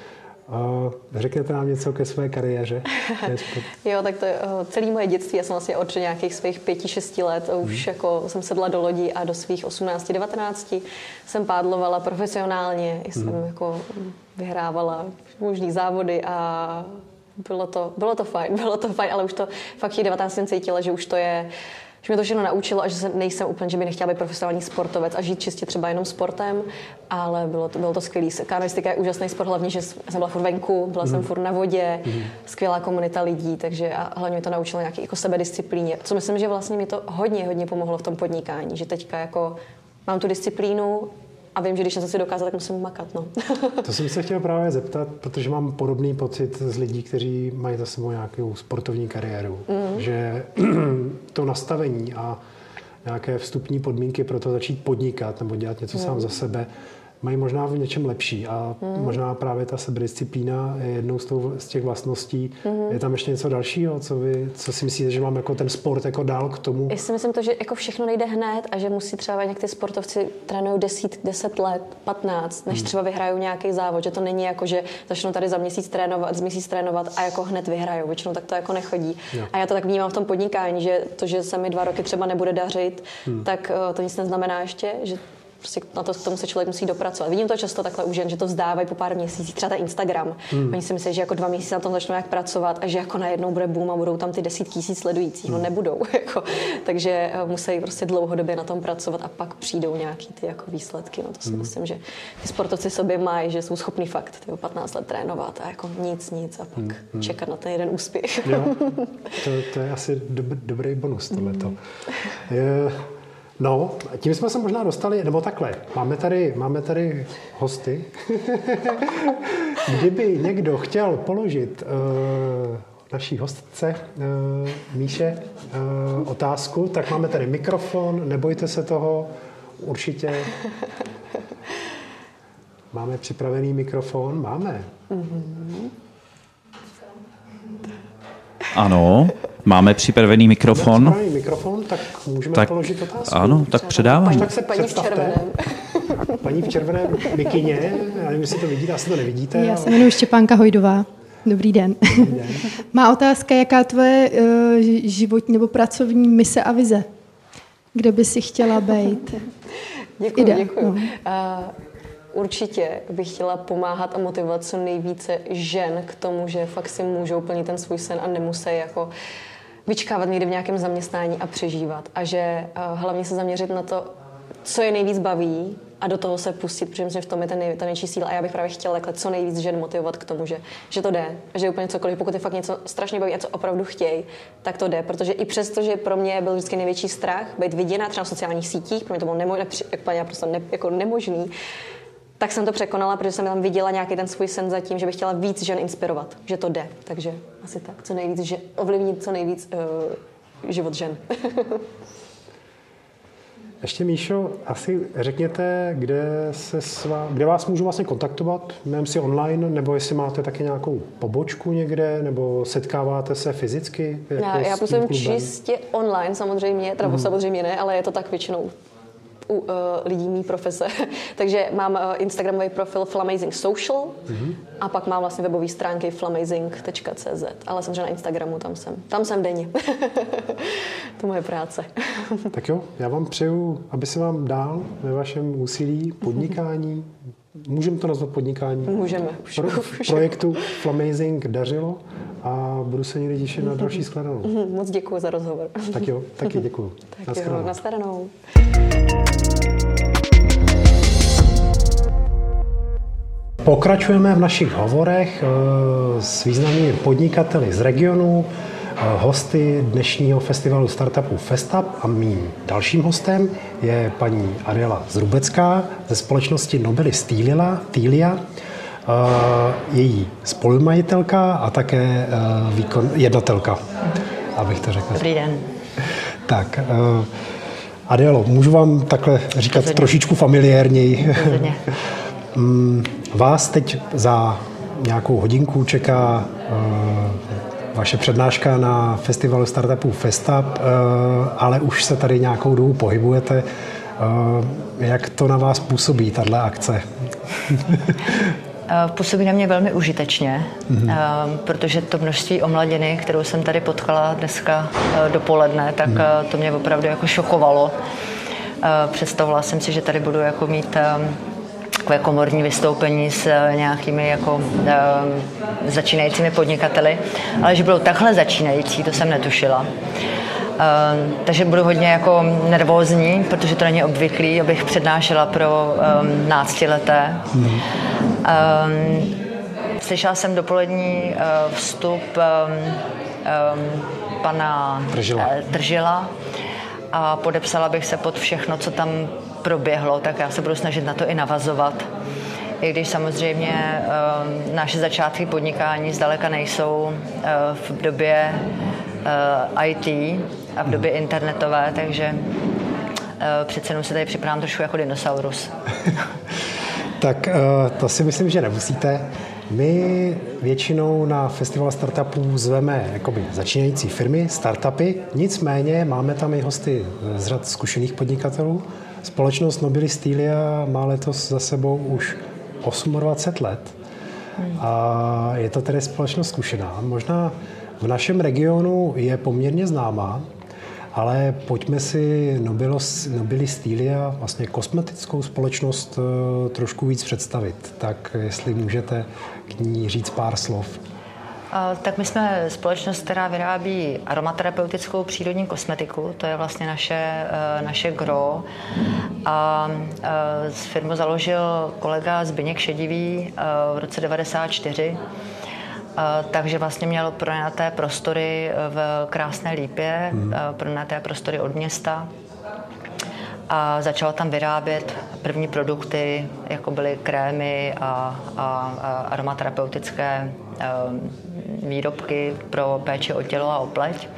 Uh, řekněte nám něco ke své kariéře. Jo, tak to je uh, celé moje dětství. Já jsem vlastně od nějakých svých pěti, šesti let mm. už jako jsem sedla do lodí a do svých osmnácti, devatenácti jsem pádlovala profesionálně. Mm. Jsem jako vyhrávala možný závody a Bylo to, bylo to fajn, bylo to fajn, ale už to fakt těch devatenáct jsem cítila, že už to je, že mě to všechno naučilo a že jsem, nejsem úplně, že by nechtěla být profesionální sportovec a žít čistě třeba jenom sportem, ale bylo to, bylo to skvělý. Kanoistika je úžasný sport, hlavně, že jsem byla furt venku, byla mm. jsem furt na vodě, mm. skvělá komunita lidí, takže a hlavně mě to naučilo nějaký jako sebedisciplíně, co myslím, že vlastně mi to hodně, hodně pomohlo v tom podnikání, že teďka jako mám tu disciplínu a vím, že když něco si dokázat, tak musím makat, no. To jsem se chtěl právě zeptat, protože mám podobný pocit z lidí, kteří mají za sebou nějakou sportovní kariéru. Mm. Že to nastavení a nějaké vstupní podmínky pro to začít podnikat nebo dělat něco mm. sám za sebe mají možná v něčem lepší a mm. možná právě ta sebedisciplína je jednou z, tou, z těch vlastností. Mm. Je tam ještě něco dalšího, co, vy, co si myslíte, že mám jako ten sport jako dál k tomu? Já si myslím to, že jako všechno nejde hned a že musí třeba někteří sportovci trénují deset, deset let, patnáct, než mm. třeba vyhrajou nějaký závod, že to není jako, že začnou tady za měsíc trénovat, z měsíc trénovat a jako hned vyhrajou. Většinou tak to jako nechodí. Jo. A já to tak vnímám v tom podnikání, že to, že se mi dva roky třeba nebude dařit, mm. tak to nic neznamená ještě, že prostě na to, k tomu se člověk musí dopracovat. Vidím to často takhle u žen, že to vzdávají po pár měsících, třeba ten Instagram. Mm. Oni si myslí, že jako dva měsíce na tom začnou jak pracovat a že jako najednou bude boom a budou tam ty desítky tisíc sledujících. Mm. No nebudou. Jako. Takže musí prostě dlouhodobě na tom pracovat a pak přijdou nějaký ty jako výsledky. No to si mm. myslím, že ty sportovci sobě mají, že jsou schopní fakt tyho patnáct let trénovat a jako nic, nic a pak mm. čekat na ten jeden úspěch. Jo, to, to je asi dob, dobrý bonus tohleto. Mm. Je... No, tím jsme se možná dostali, nebo takhle, máme tady, máme tady hosty. Kdyby někdo chtěl položit uh, naší hostce uh, Míše uh, otázku, tak máme tady mikrofon, nebojte se toho, určitě. Máme připravený mikrofon? Máme. Mm-hmm. Ano, máme připravený mikrofon. Máme připravený mikrofon, tak můžeme tak, položit otázku. Ano, tak předávám. Paní, tak se paní v červeném. Paní v červeném mikině, já nevím, jestli to vidíte, asi to nevidíte. Já ale... se jmenuji Štěpánka Hojdová. Dobrý den. Dobrý den. Má otázka, jaká tvoje uh, životní nebo pracovní mise a vize? Kde by si chtěla být? Děkuji, děkuji. No. Uh, Určitě bych chtěla pomáhat a motivovat co nejvíce žen k tomu, že fakt si můžou plnit ten svůj sen a nemusí jako vyčkávat někde v nějakém zaměstnání a přežívat. A že uh, hlavně se zaměřit na to, co je nejvíc baví a do toho se pustit, protože myslím, že v tom je ten nej, ta největší síla. A já bych právě chtěla takhle co nejvíc žen motivovat k tomu, že, že to jde. A že úplně cokoliv, pokud je fakt něco strašně baví a co opravdu chtějí, tak to jde. Protože i přesto, že pro mě byl vždycky největší strach být viděna třeba na sociálních sítích, pro mě to bylo nemo, nepři, prostě ne, jako nemožný, tak jsem to překonala, protože jsem tam viděla nějaký ten svůj sen za tím, že bych chtěla víc žen inspirovat, že to jde. Takže asi tak, co nejvíc, že ovlivnit co nejvíc uh, život žen. Ještě, Míšo, asi řekněte, kde, se svá, kde vás můžu vlastně kontaktovat? Mém si online, nebo jestli máte taky nějakou pobočku někde, nebo setkáváte se fyzicky? Jako já já působím čistě online samozřejmě, teda mm. samozřejmě ne, ale je to tak většinou u uh, lidí mý profese. Takže mám uh, instagramový profil Flamazing Social mm-hmm. a pak mám vlastně webové stránky flamazing tečka cé zet. Ale samozřejmě na Instagramu tam jsem. Tam jsem denně. To je moje práce. Tak jo, já vám přeju, aby se vám dál ve vašem úsilí podnikání, můžeme to nazvat podnikání? Můžeme. Pro, projektu Flamazing dařilo a budu se někdy těšit na další shledanou. Moc děkuji za rozhovor. Tak jo, taky děkuji. Tak jo, nashledanou. Pokračujeme v našich hovorech s významnými podnikateli z regionu, hosty dnešního festivalu startupů FestUp a mým dalším hostem je paní Adela Zrubecká ze společnosti Nobilis Tilia. její spolumajitelka a také výkon, jednatelka, abych to řekl. Dobrý den. Tak, Adélo, můžu vám takhle říkat Rozhodně. trošičku familiérněji? Vás teď za nějakou hodinku čeká vaše přednáška na festivalu startupů FestUp, ale už se tady nějakou dobu pohybujete. Jak to na vás působí, tato akce? Působí na mě velmi užitečně, mm-hmm. protože to množství omladiny, kterou jsem tady potkala dneska dopoledne, tak mm-hmm. to mě opravdu jako šokovalo. Představovala jsem si, že tady budu jako mít takové komorní vystoupení s nějakými jako začínajícími podnikateli, ale že budou takhle začínající, to jsem netušila. Uh, takže budu hodně jako nervózní, protože to není obvyklý, abych přednášela pro um, náctileté. Mm. Um, slyšela jsem dopolední uh, vstup um, um, pana Držila. Uh, Držila a podepsala bych se pod všechno, co tam proběhlo, tak já se budu snažit na to i navazovat. I když samozřejmě um, naše začátky podnikání zdaleka nejsou uh, v době uh, í té a v době internetové, takže uh, přece jenom se tady připravám trošku jako dinosaurus. Tak uh, to si myslím, že nemusíte. My většinou na festival startupů zveme jakoby začínající firmy, startupy, nicméně máme tam i hosty z řad zkušených podnikatelů. Společnost Nobili Stylia má letos za sebou už dvacet osm let a je to tedy společnost zkušená. Možná v našem regionu je poměrně známá, ale pojďme si Nobilos, Nobili Stylia, vlastně kosmetickou společnost, trošku víc představit. Tak jestli můžete k ní říct pár slov. Tak my jsme společnost, která vyrábí aromaterapeutickou přírodní kosmetiku, to je vlastně naše, naše gro. A z firmu založil kolega Zbyněk Šedivý v roce devadesát čtyři, takže vlastně měl pronajaté prostory v krásné Lípě, hmm. pronajaté prostory od města. A začal tam vyrábět první produkty, jako byly krémy a, a, a aromaterapeutické um, výrobky pro péči o tělo a o pleť.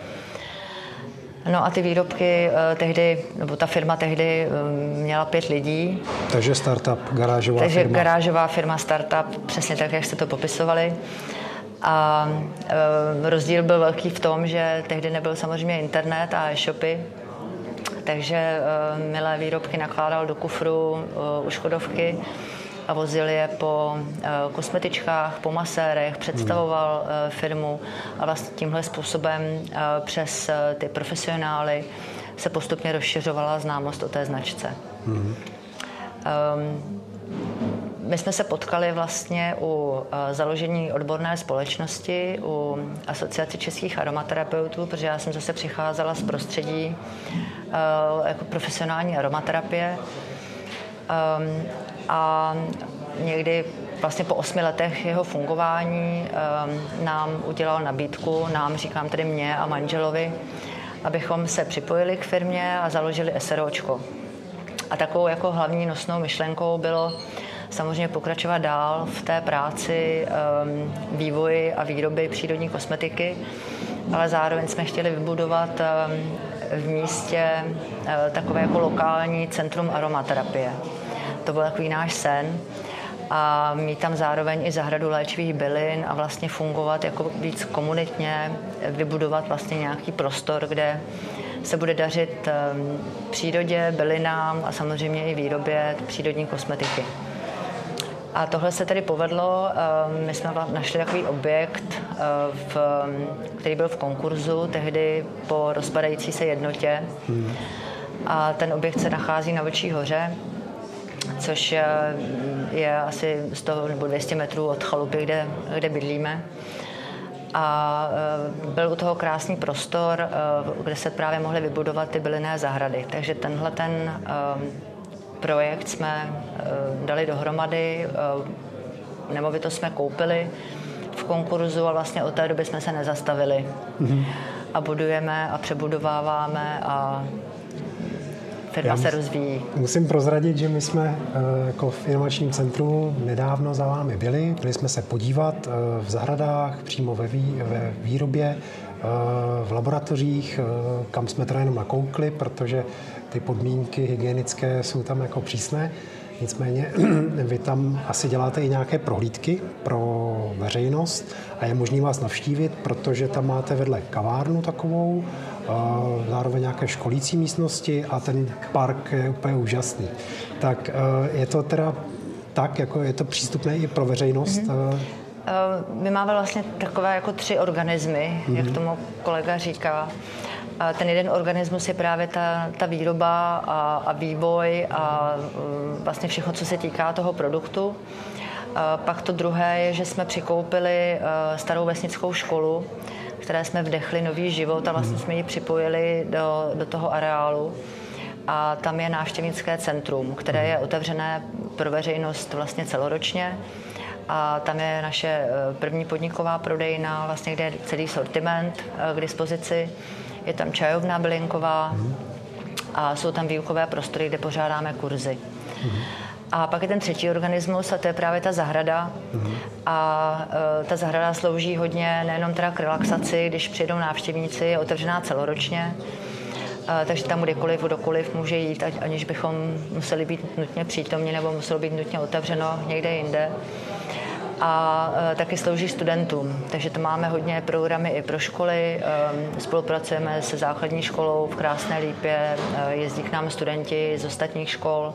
No a ty výrobky uh, tehdy, nebo ta firma tehdy um, měla pět lidí. Takže startup, garážová Takže firma. garážová firma, startup, přesně tak, jak jste to popisovali. A uh, rozdíl byl velký v tom, že tehdy nebyl samozřejmě internet a e-shopy, takže uh, milé výrobky nakládal do kufru uh, u Škodovky a vozil je po uh, kosmetičkách, po masérech, představoval uh, firmu a vlastně tímhle způsobem uh, přes uh, ty profesionály se postupně rozšiřovala známost o té značce. Mm. Um, My jsme se potkali vlastně u založení odborné společnosti, u Asociace českých aromaterapeutů, protože já jsem zase přicházela z prostředí jako profesionální aromaterapie. A někdy vlastně po osmi letech jeho fungování nám udělal nabídku, nám, říkám tedy mě a manželovi, abychom se připojili k firmě a založili SROčko. A takovou jako hlavní nosnou myšlenkou bylo samozřejmě pokračovat dál v té práci um, vývoji a výroby přírodní kosmetiky, ale zároveň jsme chtěli vybudovat um, v místě uh, takové jako lokální centrum aromaterapie. To byl takový náš sen a mít tam zároveň i zahradu léčivých bylin a vlastně fungovat jako víc komunitně, vybudovat vlastně nějaký prostor, kde se bude dařit um, přírodě, bylinám a samozřejmě i výrobě přírodní kosmetiky. A tohle se tedy povedlo. My jsme našli takový objekt, v, který byl v konkurzu tehdy po rozpadající se jednotě. Hmm. A ten objekt se nachází na Vlčí hoře, což je, je asi sto nebo dvě stě metrů od chalupy, kde, kde bydlíme. A byl u toho krásný prostor, kde se právě mohly vybudovat ty bylinné zahrady. Takže tenhle ten projekt jsme uh, dali dohromady, uh, nemovitost jsme koupili v konkurzu a vlastně od té doby jsme se nezastavili. Mm-hmm. A budujeme a přebudováváme a firma se rozvíjí. Musím prozradit, že my jsme jako v inovačním centru nedávno za vámi byli. Byli jsme se podívat v zahradách, přímo ve, vý, ve výrobě, v laboratořích, kam jsme teda jenom nakoukli, protože ty podmínky hygienické jsou tam jako přísné. Nicméně vy tam asi děláte i nějaké prohlídky pro veřejnost a je možné vás navštívit, protože tam máte vedle kavárnu takovou, zároveň nějaké školící místnosti a ten park je úplně úžasný. Tak je to teda tak, jako je to přístupné i pro veřejnost? Mm-hmm. My máme vlastně takové jako tři organismy, mm-hmm. jak tomu kolega říká. Ten jeden organismus je právě ta, ta výroba a, a vývoj a vlastně všechno, co se týká toho produktu. A pak to druhé je, že jsme přikoupili starou vesnickou školu, které jsme vdechli nový život a vlastně jsme ji připojili do, do toho areálu. A tam je návštěvnické centrum, které je otevřené pro veřejnost vlastně celoročně. A tam je naše první podniková prodejna, vlastně, kde je celý sortiment k dispozici. Je tam čajovna bylinková a jsou tam výukové prostory, kde pořádáme kurzy. A pak je ten třetí organismus a to je právě ta zahrada. A e, ta zahrada slouží hodně nejenom teda k relaxaci, když přijedou návštěvníci, je otevřená celoročně. E, takže tam kdekoliv, kdokoliv může jít, aniž bychom museli být nutně přítomni nebo muselo být nutně otevřeno někde jinde. A e, taky slouží studentům, takže to máme hodně programy i pro školy, e, spolupracujeme se základní školou v Krásné Lípě, e, jezdí k nám studenti z ostatních škol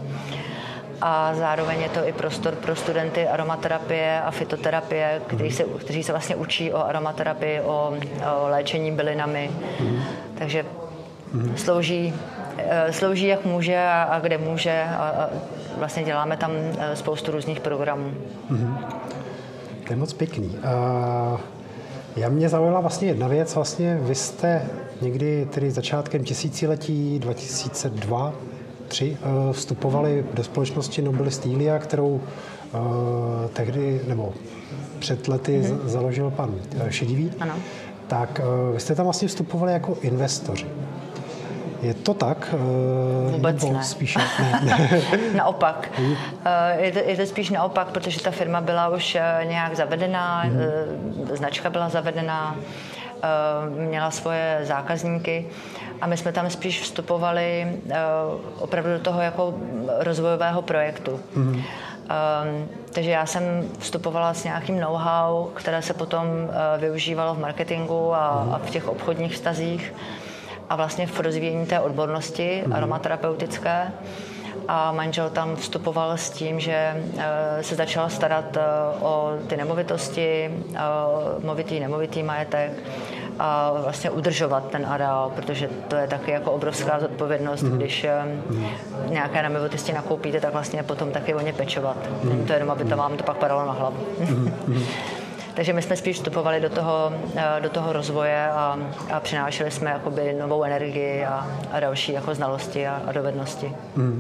a zároveň je to i prostor pro studenty aromaterapie a fytoterapie, kteří se, kteří se vlastně učí o aromaterapii, o, o léčení bylinami, takže slouží, e, slouží jak může a, a kde může a, a vlastně děláme tam spoustu různých programů. Mm-hmm. To je moc pěkný. Uh, já mě zaujala vlastně jedna věc. Vlastně vy jste někdy tedy začátkem tisíciletí dva tisíce dva tři uh, vstupovali do společnosti Nobilis Tilia, kterou uh, tehdy, nebo před lety mm-hmm. z- založil pan Šedivý. Ano. Tak uh, vy jste tam vlastně vstupovali jako investoři. Je to tak? Vůbec nebo ne. Spíše ne. Naopak. Je to, je to spíš naopak, protože ta firma byla už nějak zavedená, mm. značka byla zavedená, měla svoje zákazníky a my jsme tam spíš vstupovali opravdu do toho jako rozvojového projektu. Mm. Um, takže já jsem vstupovala s nějakým know-how, které se potom uh, využívalo v marketingu a, mm. a v těch obchodních vztazích a vlastně v rozvíjení té odbornosti mm. aromaterapeutické. A manžel tam vstupoval s tím, že uh, se začal starat uh, o ty nemovitosti, uh, movitý, nemovitý majetek a vlastně udržovat ten areál, protože to je taky jako obrovská zodpovědnost, mm. když um, nějaké nemovitosti nakoupíte, tak vlastně potom taky o ně pečovat. Mm. To jenom, aby to vám to pak padalo na hlavu. Mm. Takže my jsme spíš vstupovali do toho, do toho rozvoje a, a přinášeli jsme jakoby novou energii a, a další jako znalosti a, a dovednosti. Mm.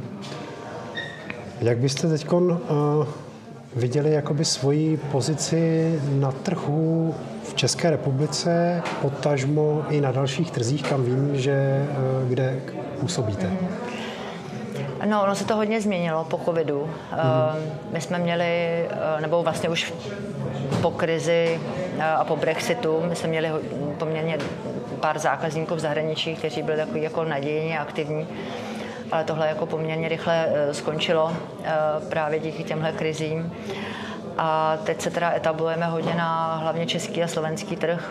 Jak byste teď uh, viděli jakoby svoji pozici na trhu v České republice, potažmo i na dalších trzích, kam vím, že uh, kde působíte? Mm. No, ono se to hodně změnilo po covidu. Mm. My jsme měli, nebo vlastně už po krizi a po Brexitu, my jsme měli poměrně pár zákazníků v zahraničí, kteří byli takový jako nadějní a aktivní, ale tohle jako poměrně rychle skončilo právě díky těmhle krizím. A teď se teda etablujeme hodně na hlavně český a slovenský trh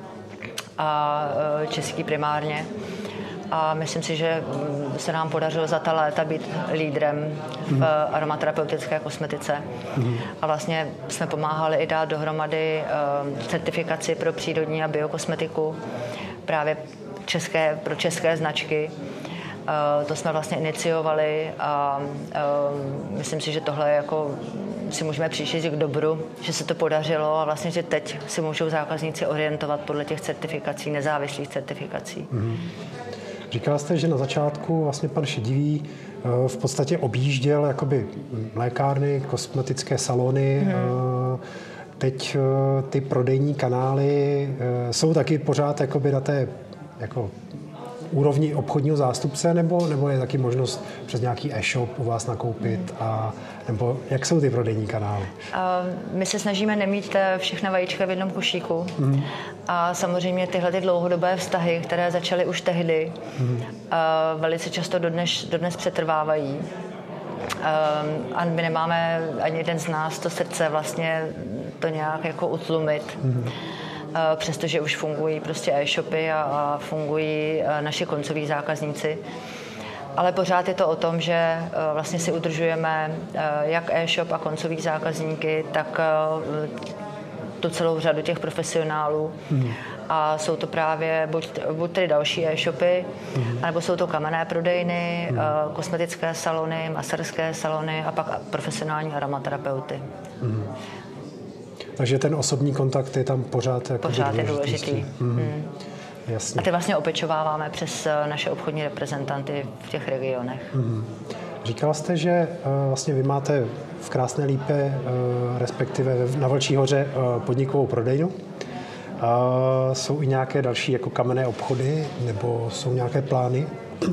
a český primárně. A myslím si, že se nám podařilo za ta léta být lídrem v aromaterapeutické kosmetice. Mm. A vlastně jsme pomáhali i dát dohromady uh, certifikaci pro přírodní a biokosmetiku právě české, pro české značky. Uh, to jsme vlastně iniciovali a uh, myslím si, že tohle jako si můžeme přičíst k dobru, že se to podařilo a vlastně, že teď si můžou zákazníci orientovat podle těch certifikací, nezávislých certifikací. Mm. Říkala jste, že na začátku vlastně pan Šedivý v podstatě objížděl jakoby lékárny, kosmetické salony. Hmm. Teď ty prodejní kanály jsou taky pořád jakoby na té jako úrovni obchodního zástupce, nebo, nebo je taky možnost přes nějaký e-shop u vás nakoupit? A, nebo jak jsou ty prodejní kanály? My se snažíme nemít všechna vajíčka v jednom košíku. Mm. A samozřejmě tyhle ty dlouhodobé vztahy, které začaly už tehdy, mm. velice často dodnes, dodnes přetrvávají. A my nemáme ani jeden z nás to srdce vlastně to nějak jako utlumit. Mm. Přestože už fungují prostě e-shopy a, a fungují naši koncoví zákazníci. Ale pořád je to o tom, že vlastně si udržujeme jak e-shop a koncový zákazníky, tak tu celou řadu těch profesionálů. Mm. A jsou to právě buď, buď tedy další e-shopy, mm. anebo jsou to kamenné prodejny, mm. kosmetické salony, maserské salony a pak profesionální aromaterapeuty. Mm. Takže ten osobní kontakt je tam pořád jako pořád je důležitý. Mm. Mm. Jasně. A ty vlastně opečováváme přes naše obchodní reprezentanty v těch regionech. Mm. Říkala jste, že vlastně vy máte v Krásné Lípě, respektive na Vlčí hoře, podnikovou prodejnu. Jsou i nějaké další jako kamenné obchody, nebo jsou nějaké plány?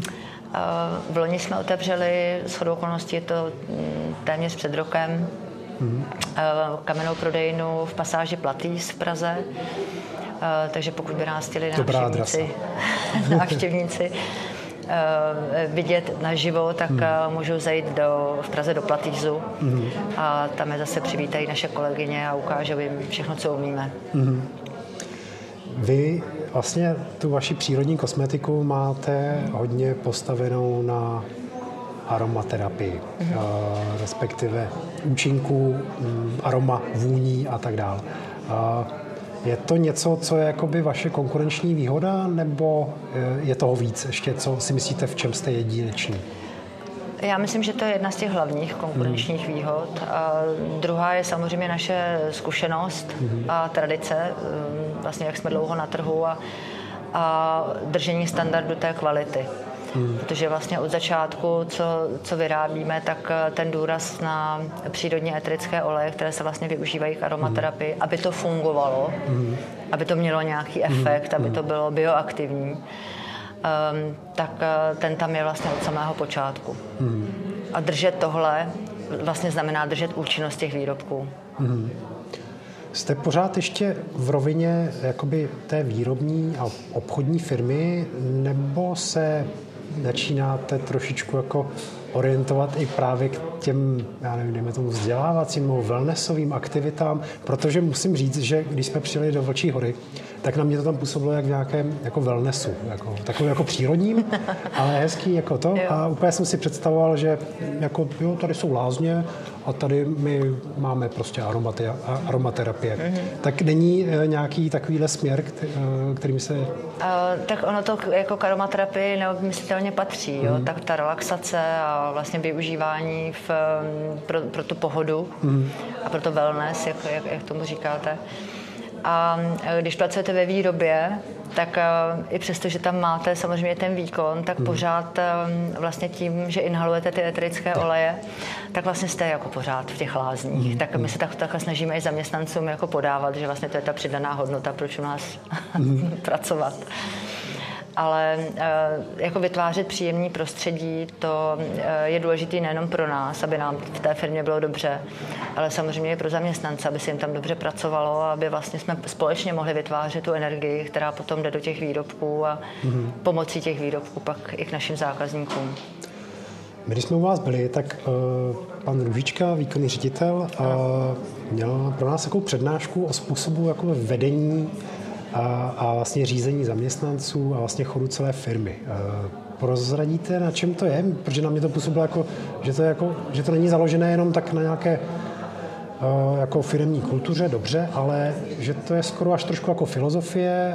V loni jsme otevřeli, shodou okolností je to téměř před rokem, mm. kamennou prodejnu v pasáži Platýs v Praze. Takže pokud by nás chtěli návštěvníci, návštěvníci vidět naživo, tak mm. můžou zajít do, v Praze do Platýzu mm. a tam je zase přivítají naše kolegyně a ukážou jim všechno, co umíme. Mm. Vy vlastně tu vaši přírodní kosmetiku máte hodně postavenou na aromaterapii, mm. respektive účinků, aroma, vůní a tak dále. Je to něco, co je jakoby vaše konkurenční výhoda, nebo je toho víc ještě, co si myslíte, v čem jste jedineční? Já myslím, že to je jedna z těch hlavních konkurenčních hmm. výhod. A druhá je samozřejmě naše zkušenost hmm. a tradice, vlastně jak jsme dlouho na trhu a, a držení standardu té kvality. Hmm. Protože vlastně od začátku, co, co vyrábíme, tak ten důraz na přírodní eterické oleje, které se vlastně využívají k aromaterapii, hmm. aby to fungovalo, hmm. aby to mělo nějaký efekt, hmm. aby to bylo bioaktivní, um, tak ten tam je vlastně od samého počátku. Hmm. A držet tohle vlastně znamená držet účinnost těch výrobků. Hmm. Jste pořád ještě v rovině jakoby té výrobní a obchodní firmy, nebo se začínáte trošičku jako orientovat i právě k těm, já nevím, dejme tomu vzdělávacím nebo wellnessovým aktivitám, protože musím říct, že když jsme přijeli do Vlčí hory, tak na mě to tam působilo jak v nějakém jako wellnessu, jako, takovým jako přírodním, ale hezký jako to. A úplně jsem si představoval, že jako, jo, tady jsou lázně a tady my máme prostě aromate, aromaterapie. Mm-hmm. Tak není nějaký takovýhle směr, kterým se... Uh, tak ono to jako k aromaterapii neodmyslitelně patří, jo? Mm-hmm. Tak ta relaxace a vlastně využívání v, pro, pro tu pohodu mm-hmm. a pro to wellness, jak, jak, jak tomu říkáte. A když pracujete ve výrobě, tak i přesto, že tam máte samozřejmě ten výkon, tak hmm. pořád vlastně tím, že inhalujete ty eterické oleje, tak vlastně jste jako pořád v těch lázních. Hmm. Tak my se tak, takhle snažíme i zaměstnancům jako podávat, že vlastně to je ta přidaná hodnota, proč u nás hmm. pracovat. Ale jako vytvářet příjemný prostředí, to je důležité nejenom pro nás, aby nám v té firmě bylo dobře, ale samozřejmě i pro zaměstnance, aby se jim tam dobře pracovalo, aby vlastně jsme společně mohli vytvářet tu energii, která potom jde do těch výrobků a mm-hmm. pomocí těch výrobků pak i k našim zákazníkům. My, když jsme u vás byli, tak uh, pan Růžička, výkonný ředitel, uh, měl pro nás takovou přednášku o způsobu jako vedení A, a vlastně řízení zaměstnanců a vlastně chodu celé firmy. E, prozradíte, na čem to je? Protože na mě to působilo jako, že to, je jako, že to není založené jenom tak na nějaké e, jako firemní kultuře, dobře, ale že to je skoro až trošku jako filozofie e,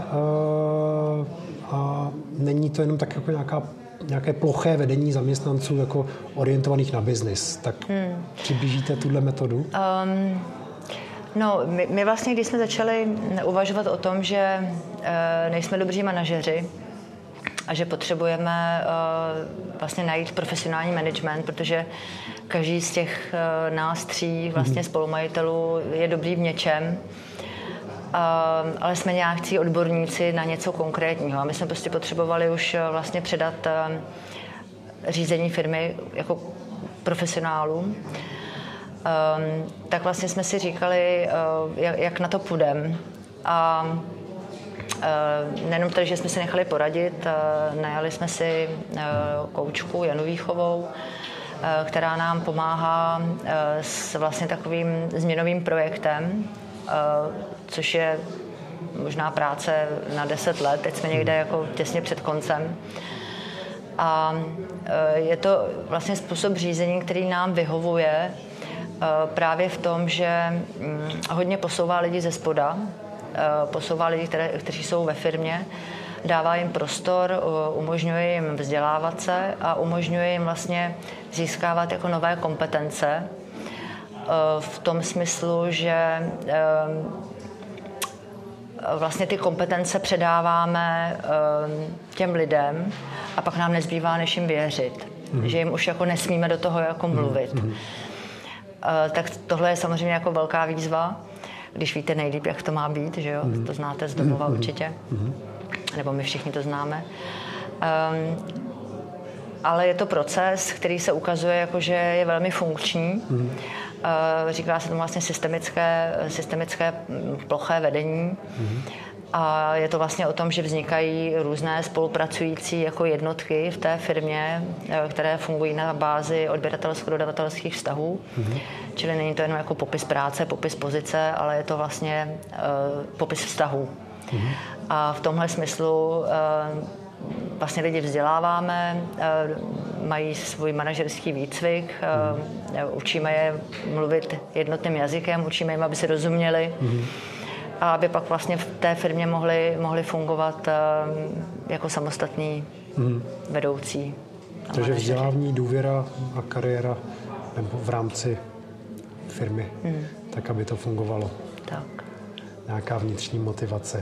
a není to jenom tak jako nějaká, nějaké ploché vedení zaměstnanců jako orientovaných na biznis. Tak hmm. přiblížíte tuhle metodu? Um... No, my, my vlastně, když jsme začali uvažovat o tom, že e, nejsme dobří manažeři a že potřebujeme e, vlastně najít profesionální management, protože každý z těch e, nás tří vlastně spolumajitelů je dobrý v něčem ale jsme nějakí odborníci na něco konkrétního. A my jsme prostě potřebovali už vlastně předat řízení firmy jako profesionálům. Tak vlastně jsme si říkali, jak na to půjdeme. A nejenom tady, že jsme si nechali poradit, najali jsme si koučku Janu Výchovou, která nám pomáhá s vlastně takovým změnovým projektem, což je možná práce na deset let. Teď jsme někde jako těsně před koncem. A je to vlastně způsob řízení, který nám vyhovuje právě v tom, že hodně posouvá lidi ze spoda, posouvá lidi, které, kteří jsou ve firmě, dává jim prostor, umožňuje jim vzdělávat se a umožňuje jim vlastně získávat jako nové kompetence v tom smyslu, že vlastně ty kompetence předáváme těm lidem a pak nám nezbývá, než jim věřit. Mm. Že jim už jako nesmíme do toho jako mluvit. Mm. Tak tohle je samozřejmě jako velká výzva, když víte nejlíp, jak to má být, že jo? Mm. To znáte z domova určitě. Mm. Nebo my všichni to známe. Um, ale je to proces, který se ukazuje, jako, že je velmi funkční. Mm. Uh, říká se tomu vlastně systemické, systemické ploché vedení. Mm. A je to vlastně o tom, že vznikají různé spolupracující jako jednotky v té firmě, které fungují na bázi odběratelsko-dodavatelských vztahů. Mm. Čili není to jenom jako popis práce, popis pozice, ale je to vlastně uh, popis vztahů. Mm. A v tomhle smyslu uh, vlastně lidi vzděláváme, uh, mají svůj manažerský výcvik, uh, učíme je mluvit jednotným jazykem, učíme jim, aby se rozuměli. Mm. A aby pak vlastně v té firmě mohli, mohli fungovat uh, jako samostatní mm. vedoucí. Takže vzdělávání, důvěra a kariéra nebo v rámci firmy, mm. tak aby to fungovalo. Tak. Nějaká vnitřní motivace.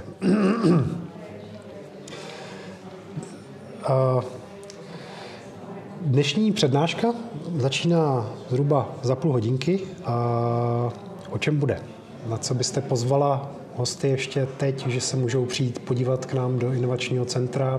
Dnešní přednáška začíná zhruba za půl hodinky. O čem bude? Na co byste pozvala hosty ještě teď, že se můžou přijít podívat k nám do inovačního centra?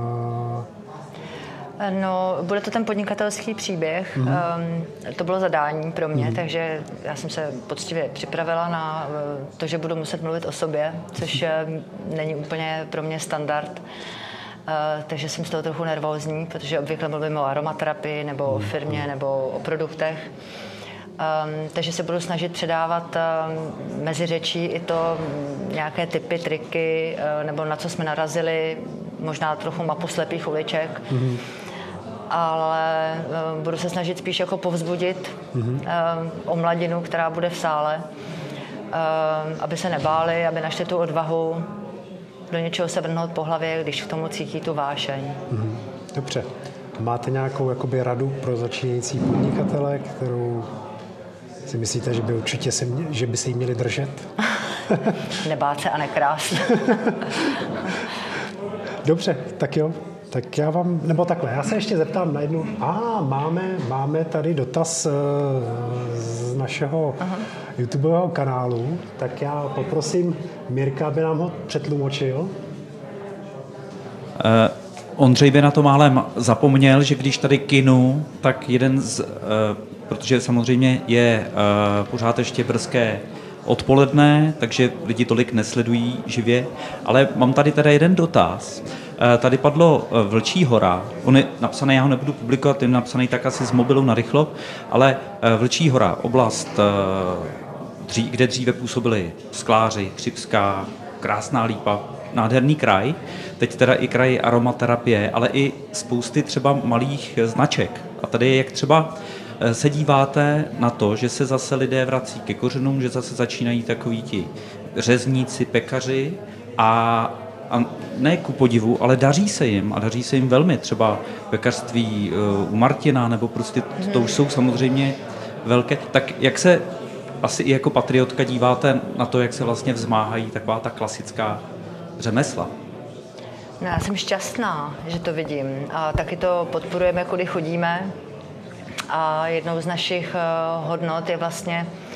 No, bude to ten podnikatelský příběh. Mm-hmm. Um, to bylo zadání pro mě, mm-hmm. takže já jsem se poctivě připravila na to, že budu muset mluvit o sobě, což není úplně pro mě standard. Uh, takže jsem z toho trochu nervózní, protože obvykle mluvím o aromaterapii nebo o firmě nebo o produktech. Um, takže se budu snažit předávat um, mezi řečí i to um, nějaké typy, triky, uh, nebo na co jsme narazili, možná trochu mapu slepých uliček. Mm-hmm. Ale uh, budu se snažit spíš jako povzbudit mm-hmm. uh, o mladinu, která bude v sále, uh, aby se nebáli, aby našli tu odvahu do něčeho se vrhnout po hlavě, když k tomu cítí tu vášeň. Mm-hmm. Dobře. Máte nějakou jakoby radu pro začínající podnikatele, kterou si myslíte, že by určitě se, mě, že by se jí měli držet? Nebát se a nekrást. Dobře, tak jo. Tak já vám, nebo takhle, já se ještě zeptám na jednu. A ah, máme, máme tady dotaz uh, z našeho Aha. YouTubeového kanálu, tak já poprosím Mirka, aby nám ho přetlumočil. Uh, Ondřej by na to málem zapomněl, že když tady kinu, tak jeden z, uh, protože samozřejmě je uh, pořád ještě brzké odpoledne, takže lidi tolik nesledují živě, ale mám tady teda jeden dotaz. Tady padlo Vlčí hora, on je napsaný, já ho nebudu publikovat, je napsaný tak asi z mobilu narychlo, ale Vlčí hora, oblast, kde dříve působili skláři, Křivská, Krásná Lípa, nádherný kraj, teď teda i kraj aromaterapie, ale i spousty třeba malých značek. A tady jak třeba se díváte na to, že se zase lidé vrací ke kořenům, že zase začínají takoví ti řezníci, pekaři a A ne ku podivu, ale daří se jim a daří se jim velmi. Třeba pekařství u Martina, nebo prostě to už jsou samozřejmě velké. Tak jak se asi i jako patriotka díváte na to, jak se vlastně vzmáhají taková ta klasická řemesla? No, já jsem šťastná, že to vidím. A taky to podporujeme, kudy chodíme. A jednou z našich hodnot je vlastně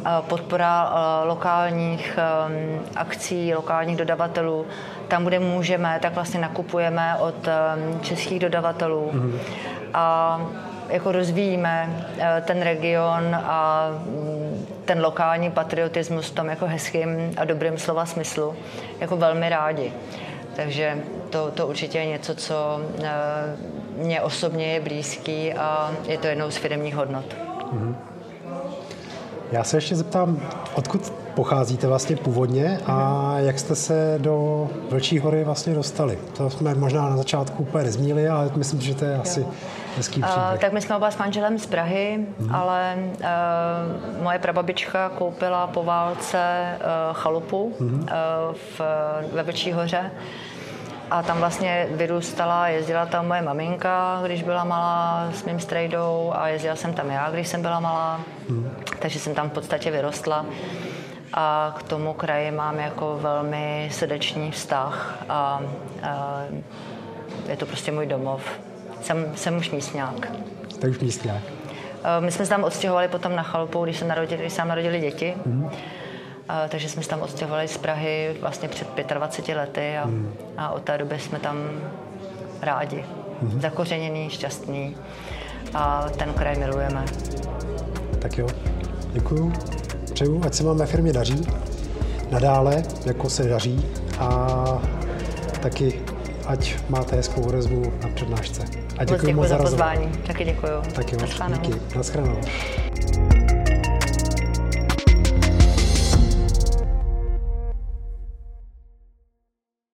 podpora lokálních akcí, lokálních dodavatelů. Tam, kde můžeme, tak vlastně nakupujeme od českých dodavatelů. Mm-hmm. A jako rozvíjíme ten region a ten lokální patriotismus v tom jako hezkým a dobrým slova smyslu jako velmi rádi. Takže to, to určitě je něco, co mně osobně je blízký a je to jednou z firemních hodnot. Mm-hmm. Já se ještě zeptám, odkud pocházíte vlastně původně a jak jste se do Vlčí hory vlastně dostali? To jsme možná na začátku úplně nezmínili, ale myslím, že to je asi jo. hezký příběh. Uh, tak my jsme oba s manželem z Prahy, hmm. ale uh, moje prababička koupila po válce uh, chalupu hmm. uh, v, ve Vlčí hoře. A tam vlastně vyrůstala, jezdila tam moje maminka, když byla malá s mým strejdou a jezdila jsem tam já, když jsem byla malá. Hmm. Takže jsem tam v podstatě vyrostla. A k tomu kraji mám jako velmi srdečný vztah a, a je to prostě můj domov. Jsem, jsem už místňák. Jste už místňák. My jsme se tam odstěhovali potom na chalupu, když se narodili, když se tam narodili děti. Hmm. A, takže jsme se tam odstěhovali z Prahy vlastně před dvaceti pěti lety a, hmm. a od té doby jsme tam rádi. Hmm. Zakořeněný, šťastný a ten kraj milujeme. Tak jo, děkuju. Přeju, ať se vám ve firmě daří nadále, jako se daří a taky ať máte hezkou odezvu na přednášce. A děkuji moc za pozvání. Taky děkuju. Taky moc díky. Naschledanou.